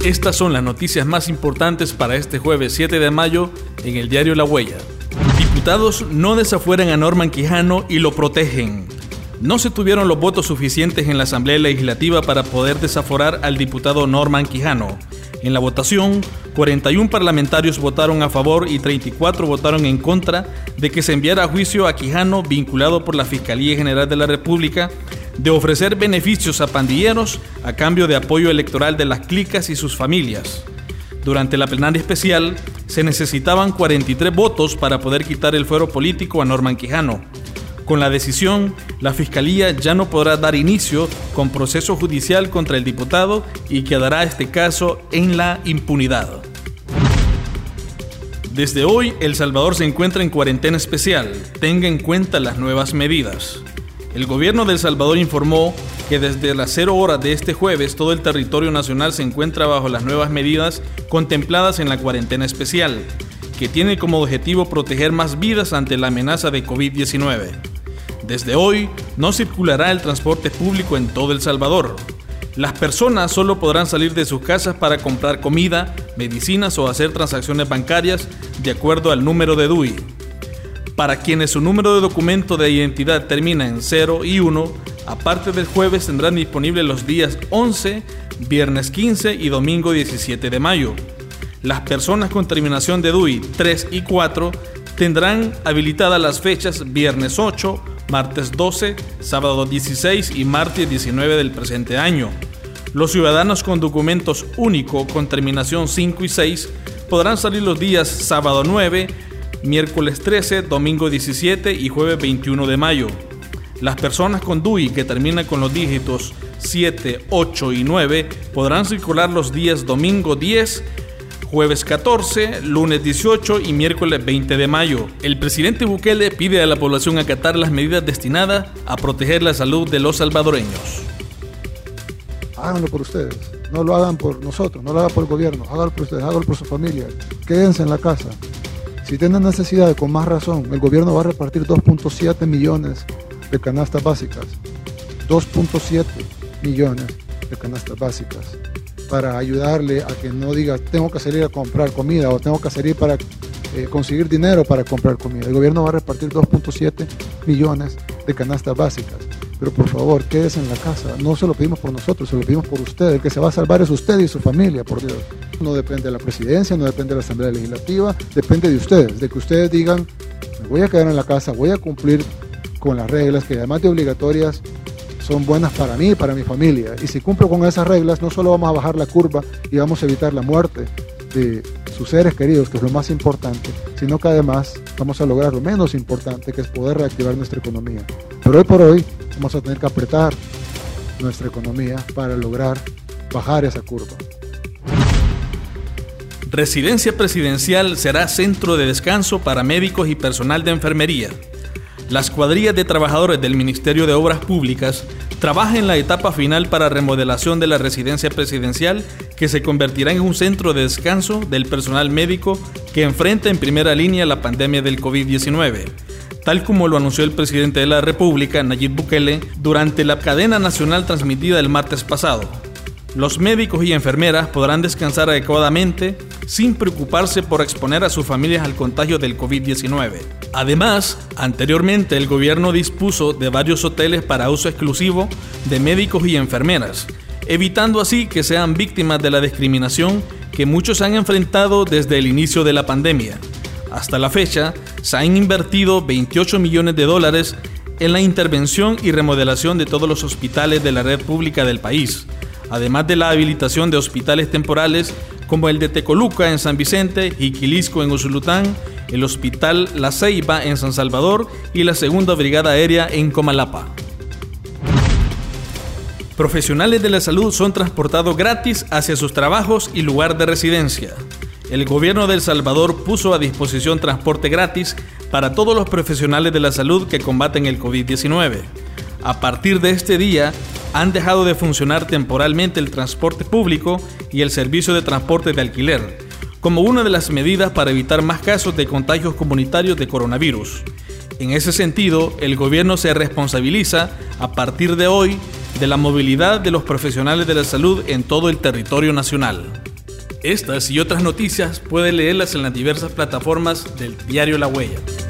Estas son las noticias más importantes para este jueves 7 de mayo en el diario La Huella. Diputados no desafueran a Norman Quijano y lo protegen. No se tuvieron los votos suficientes en la Asamblea Legislativa para poder desaforar al diputado Norman Quijano. En la votación, 41 parlamentarios votaron a favor y 34 votaron en contra de que se enviara a juicio a Quijano, vinculado por la Fiscalía General de la República, de ofrecer beneficios a pandilleros a cambio de apoyo electoral de las clicas y sus familias. Durante la plenaria especial, se necesitaban 43 votos para poder quitar el fuero político a Norman Quijano. Con la decisión, la Fiscalía ya no podrá dar inicio con proceso judicial contra el diputado y quedará este caso en la impunidad. Desde hoy, El Salvador se encuentra en cuarentena especial. Tenga en cuenta las nuevas medidas. El gobierno de El Salvador informó que desde las 0 horas de este jueves todo el territorio nacional se encuentra bajo las nuevas medidas contempladas en la cuarentena especial, que tiene como objetivo proteger más vidas ante la amenaza de COVID-19. Desde hoy no circulará el transporte público en todo El Salvador. Las personas solo podrán salir de sus casas para comprar comida, medicinas o hacer transacciones bancarias de acuerdo al número de DUI. Para quienes su número de documento de identidad termina en 0 y 1, aparte del jueves tendrán disponible los días 11, viernes 15 y domingo 17 de mayo. Las personas con terminación de DUI 3 y 4 tendrán habilitadas las fechas viernes 8, martes 12, sábado 16 y martes 19 del presente año. Los ciudadanos con documentos único con terminación 5 y 6 podrán salir los días sábado 9, miércoles 13, domingo 17 y jueves 21 de mayo. Las personas con DUI que terminan con los dígitos 7, 8 y 9 podrán circular los días domingo 10, jueves 14, lunes 18 y miércoles 20 de mayo. El presidente Bukele pide a la población acatar las medidas destinadas a proteger la salud de los salvadoreños. Háganlo por ustedes, no lo hagan por nosotros, no lo hagan por el gobierno, háganlo por ustedes, háganlo por su familia, quédense en la casa. Si tienen necesidad, con más razón, el gobierno va a repartir 2.7 millones de canastas básicas. 2.7 millones de canastas básicas para ayudarle a que no diga tengo que salir a comprar comida o tengo que salir para conseguir dinero para comprar comida. El gobierno va a repartir 2.7 millones de canastas básicas. Pero por favor, quédese en la casa. No se lo pedimos por nosotros, se lo pedimos por usted. El que se va a salvar es usted y su familia, por Dios. No depende de la presidencia, no depende de la Asamblea Legislativa, depende de ustedes, de que ustedes digan, me voy a quedar en la casa, voy a cumplir con las reglas que además de obligatorias son buenas para mí y para mi familia. Y si cumplo con esas reglas, no solo vamos a bajar la curva y vamos a evitar la muerte de sus seres queridos, que es lo más importante, sino que además vamos a lograr lo menos importante, que es poder reactivar nuestra economía. Pero hoy por hoy vamos a tener que apretar nuestra economía para lograr bajar esa curva. Residencia presidencial será centro de descanso para médicos y personal de enfermería. Las cuadrillas de trabajadores del Ministerio de Obras Públicas trabajan en la etapa final para remodelación de la residencia presidencial, que se convertirá en un centro de descanso del personal médico que enfrenta en primera línea la pandemia del COVID-19, tal como lo anunció el presidente de la República, Nayib Bukele, durante la cadena nacional transmitida el martes pasado. Los médicos y enfermeras podrán descansar adecuadamente sin preocuparse por exponer a sus familias al contagio del COVID-19. Además, anteriormente el gobierno dispuso de varios hoteles para uso exclusivo de médicos y enfermeras, evitando así que sean víctimas de la discriminación que muchos han enfrentado desde el inicio de la pandemia. Hasta la fecha, se han invertido $28 millones en la intervención y remodelación de todos los hospitales de la red pública del país, además de la habilitación de hospitales temporales como el de Tecoluca en San Vicente, Jiquilisco en Usulután, el Hospital La Ceiba en San Salvador y la Segunda Brigada Aérea en Comalapa. Profesionales de la salud son transportados gratis hacia sus trabajos y lugar de residencia. El gobierno de El Salvador puso a disposición transporte gratis para todos los profesionales de la salud que combaten el COVID-19. A partir de este día, han dejado de funcionar temporalmente el transporte público y el servicio de transporte de alquiler, como una de las medidas para evitar más casos de contagios comunitarios de coronavirus. En ese sentido, el gobierno se responsabiliza, a partir de hoy, de la movilidad de los profesionales de la salud en todo el territorio nacional. Estas y otras noticias puede leerlas en las diversas plataformas del diario La Huella.